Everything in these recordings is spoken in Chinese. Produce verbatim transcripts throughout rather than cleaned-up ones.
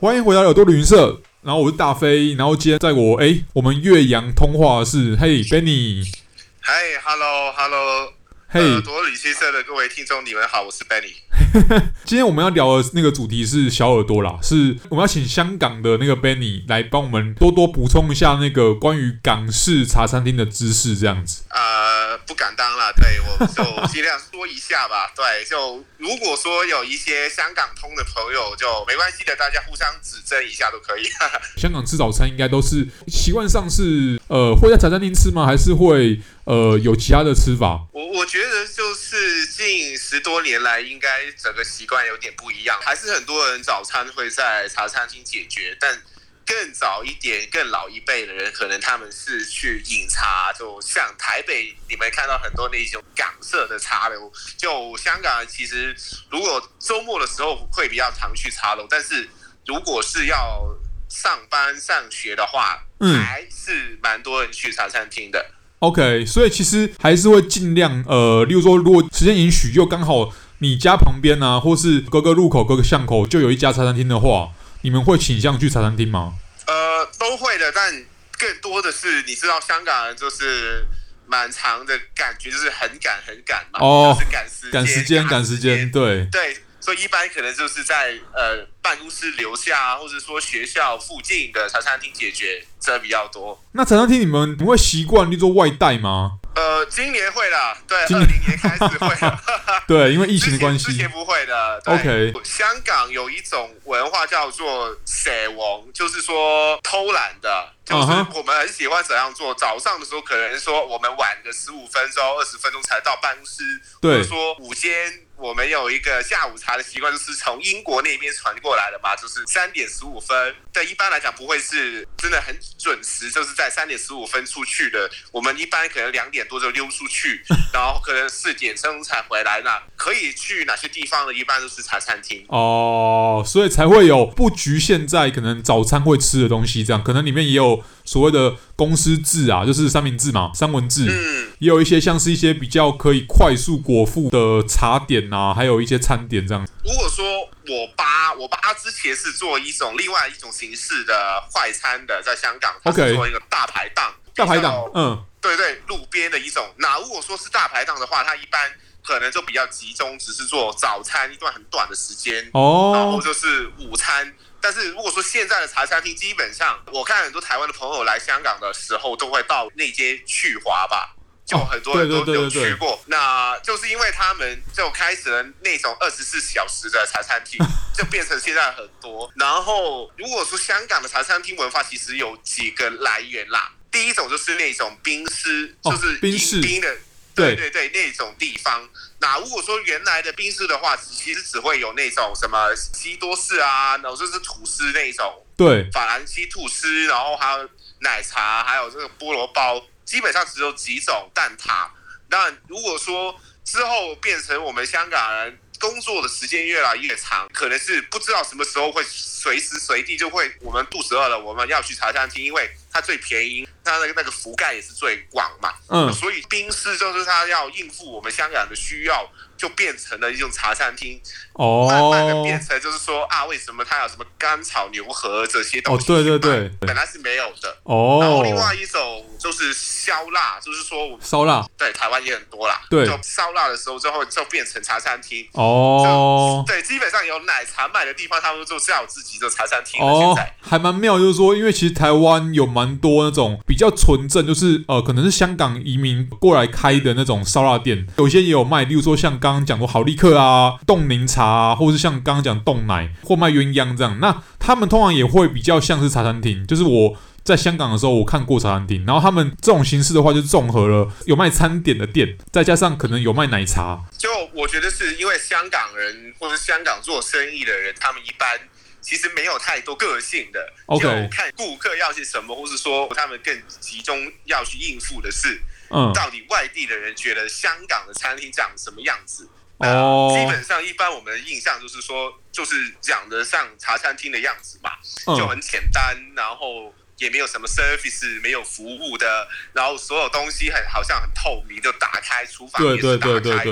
欢迎回到耳朵旅行社，然后我是大飞，然后今天在我哎我们岳阳通话是嘿 Benny， 嗨 ，Hello Hello， 嘿、 耳朵旅行社的各位听众，你们好，我是 Benny。 今天我们要聊的那个主题是小耳朵啦，是我们要请香港的那个 Benny 来帮我们多多补充一下那个关于港式茶餐厅的知识，这样子。 呃，不敢当啦，对，我就尽量说一下吧。对，就如果说有一些香港通的朋友，就没关系的，大家互相指正一下都可以。 香港吃早餐应该都是习惯上是呃会在茶餐厅吃吗？还是会呃有其他的吃法？ 我我觉得就是近十多年来，应该整个习惯有点不一样，还是很多人早餐会在茶餐厅解决，但更早一点、更老一辈的人，可能他们是去饮茶，就像台北你们看到很多那种港式的茶楼，就香港人其实如果周末的时候会比较常去茶楼，但是如果是要上班上学的话，嗯，还是蛮多人去茶餐厅的。 OK， 所以其实还是会尽量呃，例如说，如果时间允许，又刚好你家旁边啊，或是各个路口、各个巷口就有一家茶餐厅的话，你们会倾向去茶餐厅吗？ 呃，都会的，但更多的是你知道，香港人就是蛮长的感觉，就是很赶很赶嘛，哦，就是赶时间、 赶时间、赶时间，对对。所以一般可能就是在呃办公室楼下，或者说学校附近的茶餐厅解决，这比较多。 那茶餐厅你们你们会习惯去做外带吗？ 呃，今年会了，对，二零年开始会了。 对，因为疫情的关系， 之前不会的。 OK， 香港有一种文化叫做蛇王，就是说偷懒的。就是我们很喜欢怎样做，早上的时候可能说我们晚个十五分钟、二十分钟才到办公室，或者说午间我们有一个下午茶的习惯，就是从英国那边传过来的嘛，就是三点十五分。对，一般来讲不会是真的很准时，就是在三点十五分出去的。我们一般可能两点多就溜出去，然后可能四点钟才回来。那可以去哪些地方呢？一般都是茶餐厅哦，所以才会有不局限在可能早餐会吃的东西，这样可能里面也有所谓的公司制啊，就是三明治嘛，三文治，嗯，也有一些像是一些比较可以快速果腹的茶点啊，还有一些餐点这样。 如果说我爸，我爸之前是做一种另外一种形式的快餐的，在香港，他是做一个大排档， okay, 大排档，嗯， 对对，路边的一种。那如果说是大排档的话，它一般可能就比较集中，只是做早餐一段很短的时间，哦，然后就是午餐。但是如果说现在的茶餐厅，基本上我看很多台湾的朋友来香港的时候，都会到内街去华吧，就很多人都有去过。那就是因为他们就开始了那种二十四小时的茶餐厅，就变成现在很多。然后如果说香港的茶餐厅文化，其实有几个来源啦。第一种就是那种冰室，就是饮冰的。对对对，那种地方。那如果说原来的冰室的话，其实只会有那种什么西多士啊，然后就是吐司那种， 对， 法兰西吐司，然后还有奶茶，还有这个菠萝包，基本上只有几种蛋挞。那如果说之后变成我们香港人工作的时间越来越长，可能是不知道什么时候会随时随地就会，我们肚子饿了，我们要去茶餐厅，因为它最便宜，它那个那个覆盖也是最广嘛，嗯，所以冰室就是它要应付我们香港人的需要，就变成了一种茶餐厅，哦，慢慢的变成就是说啊，为什么它有什么干炒牛河这些东西？ 哦，对对对， 本来是没有的。 哦， 然后另外一种就是烧腊，就是说烧腊， 对，台湾也很多啦。 对， 就烧腊的时候之后就变成茶餐厅。 哦， 对，基本上有奶茶卖的地方，他们就叫自己的茶餐厅了。 哦， 现在还蛮妙，就是说，因为其实台湾有蛮多那种比较纯正，就是呃，可能是香港移民过来开的那种烧腊店，有些也有卖，例如说像刚刚讲过好立克啊、冻柠茶啊，或是像刚刚讲冻奶或卖鸳鸯这样。那他们通常也会比较像是茶餐厅，就是我在香港的时候我看过茶餐厅，然后他们这种形式的话，就综合了有卖餐点的店，再加上可能有卖奶茶。 就我觉得是因为香港人或者香港做生意的人，他们一般其实没有太多个性的， okay. 就看顾客要些什么，或是说他们更集中要去应付的是， 嗯， 到底外地的人觉得香港的餐厅长什么样子。哦，基本上一般我们的印象就是说，就是讲得像茶餐厅的样子嘛，嗯，就很简单，然后也没有什么 service， 没有服务的，然后所有东西很好像很透明，就打开厨房也是打开，对对对对对，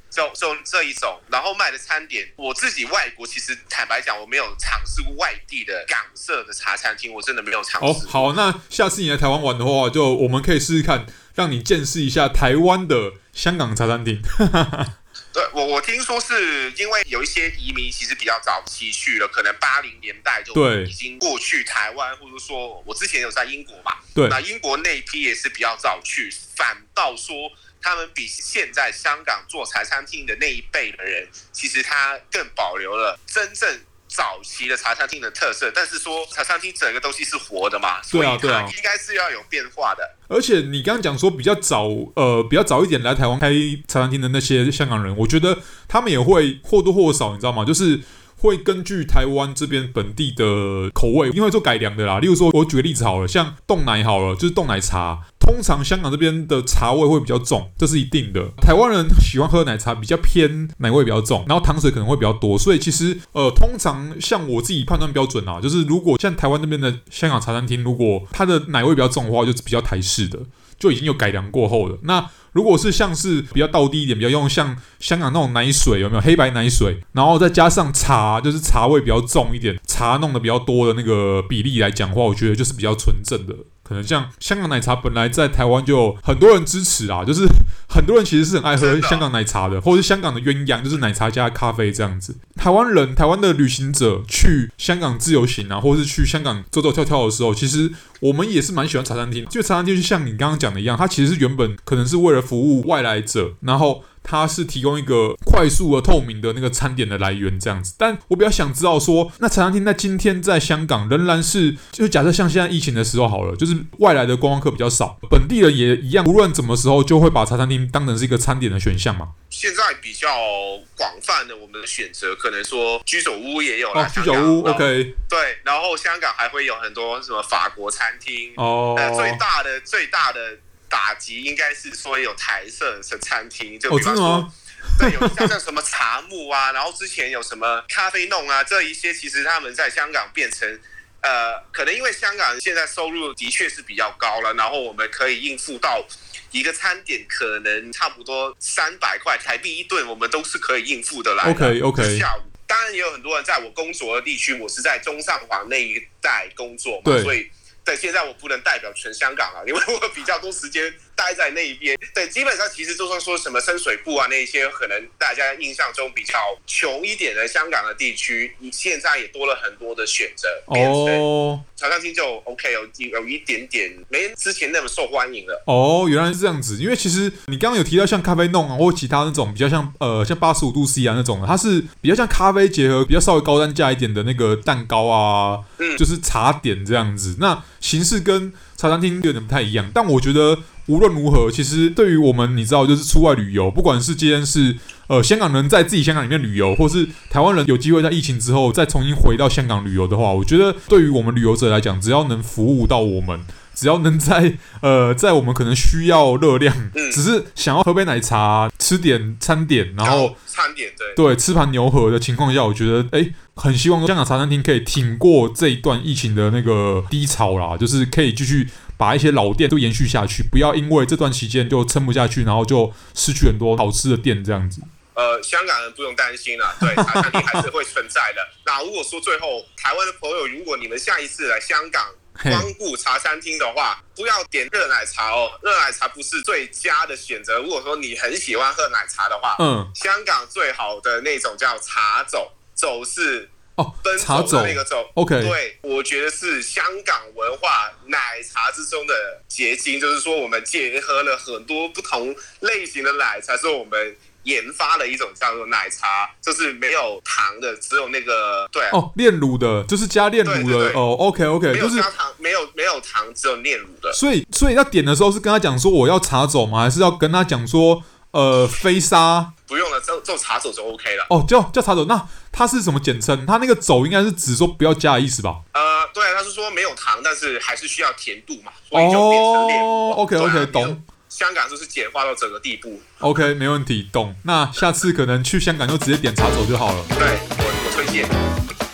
就就这一种，然后卖的餐点，我自己外国其实坦白讲，我没有尝试过外地的港式的茶餐厅，我真的没有尝试。 哦，好，那下次你来台湾玩的话，就我们可以试试看，让你见识一下台湾的香港茶餐厅。 对，我我听说是因为有一些移民其实比较早期去了，可能八零年代就已经过去台湾，或者说我之前有在英国嘛， 对， 那英国那一批也是比较早去，反倒说他们比现在香港做茶餐厅的那一辈的人，其实他更保留了真正早期的茶餐厅的特色，但是说茶餐厅整个东西是活的嘛，所以它应该是要有变化的。 而且你刚刚讲说比较早，呃，比较早一点来台湾开茶餐厅的那些香港人，我觉得他们也会或多或少，你知道吗？就是会根据台湾这边本地的口味，因为做改良的啦。例如说，我举个例子好了，像冻奶好了，就是冻奶茶。通常香港这边的茶味会比较重，这是一定的。台湾人喜欢喝奶茶，比较偏奶味比较重，然后糖水可能会比较多，所以其实呃，通常像我自己判断标准啊，就是如果像台湾那边的香港茶餐厅，如果它的奶味比较重的话，就是比较台式的，就已经有改良过后的。那如果是像是比较道地一点，比较用像香港那种奶水，有没有黑白奶水，然后再加上茶，就是茶味比较重一点，茶弄得比较多的那个比例来讲的话，我觉得就是比较纯正的。可能像香港奶茶本来在台湾就有很多人支持啊，就是很多人其实是很爱喝香港奶茶的，或者是香港的鸳鸯，就是奶茶加咖啡这样子。台湾人、台湾的旅行者去香港自由行啊，或者是去香港走走跳跳的时候，其实我们也是蛮喜欢茶餐厅。就茶餐厅就像你刚刚讲的一样，它其实是原本可能是为了服务外来者，然后它是提供一个快速而透明的那个餐点的来源这样子。但我比较想知道说，那茶餐厅在今天在香港仍然是，就是假设像现在疫情的时候好了，就是外来的观光客比较少，本地人也一样，无论怎么时候就会把茶餐厅当成是一个餐点的选项嘛。 现在比较广泛的我们的选择，可能说居酒屋也有啦， 哦，居酒屋 OK， 对，然后香港还会有很多什么法国餐厅哦， 呃，最大的最大的打击应该是说有台式的餐厅，就比方说。 哦， 对，有像像什么茶木啊，然后之前有什么咖啡弄啊，这一些其实他们在香港变成，呃，可能因为香港现在收入的确是比较高了，然后我们可以应付到一个餐点可能差不多三百块台币一顿，我们都是可以应付的来的。 OK OK。 下午当然也有很多人在我工作的地区，我是在中上环那一带工作嘛，所以。对，现在我不能代表全香港了，因为我比较多时间待在那一边。对，基本上其实就算说什么深水埗啊那些，可能大家印象中比较穷一点的香港的地区，现在也多了很多的选择。哦，茶餐厅就 OK， 有有一点点没之前那么受欢迎了。 哦，原来是这样子。因为其实你刚刚有提到像咖啡弄啊，或其他那种比较像呃像八十五度 C 啊那种的，它是比较像咖啡结合比较稍微高单价一点的那个蛋糕啊，嗯，就是茶点这样子。那形式跟茶餐厅有点不太一样，但我觉得无论如何，其实对于我们你知道，就是出外旅游，不管是今天是呃香港人在自己香港里面旅游，或是台湾人有机会在疫情之后再重新回到香港旅游的话，我觉得对于我们旅游者来讲，只要能服务到我们。只要能在呃，在我们可能需要热量，嗯、只是想要喝杯奶茶、吃点餐点，然后餐点对对吃盘牛河的情况下，我觉得哎，很希望香港茶餐厅可以挺过这一段疫情的那个低潮啦，就是可以继续把一些老店都延续下去，不要因为这段期间就撑不下去，然后就失去很多好吃的店这样子。 呃，香港人不用担心啦，对，茶餐厅还是会存在的。那如果说最后台湾的朋友，如果你们下一次来香港光顾茶餐厅的话，不要点热奶茶哦，热奶茶不是最佳的选择。如果说你很喜欢喝奶茶的话，嗯，香港最好的那种叫茶走，走是哦， 奔走的那个走 ，OK， 对，我觉得是香港文化奶茶之中的结晶，就是说我们结合了很多不同类型的奶茶，是我们研发了一种叫做奶茶，就是没有糖的，只有那个对哦炼乳的，就是加炼乳的，对对对哦 ，OK OK， 没有加糖，没有没有糖，只有炼乳的。 所以所以要点的时候是跟他讲说我要茶走吗？还是要跟他讲说呃飞沙？ 不用了，就就茶走就 OK 了。 哦，叫叫茶走，那它是什么简称？它那个走应该是指说不要加的意思吧？ 呃，对，他是说没有糖，但是还是需要甜度嘛，所以就变成炼乳。 哦 ，OK OK， 懂。 香港就是简化到整个地步。 OK， 没问题，懂。那下次可能去香港就直接点茶走就好了。 对，我我推荐。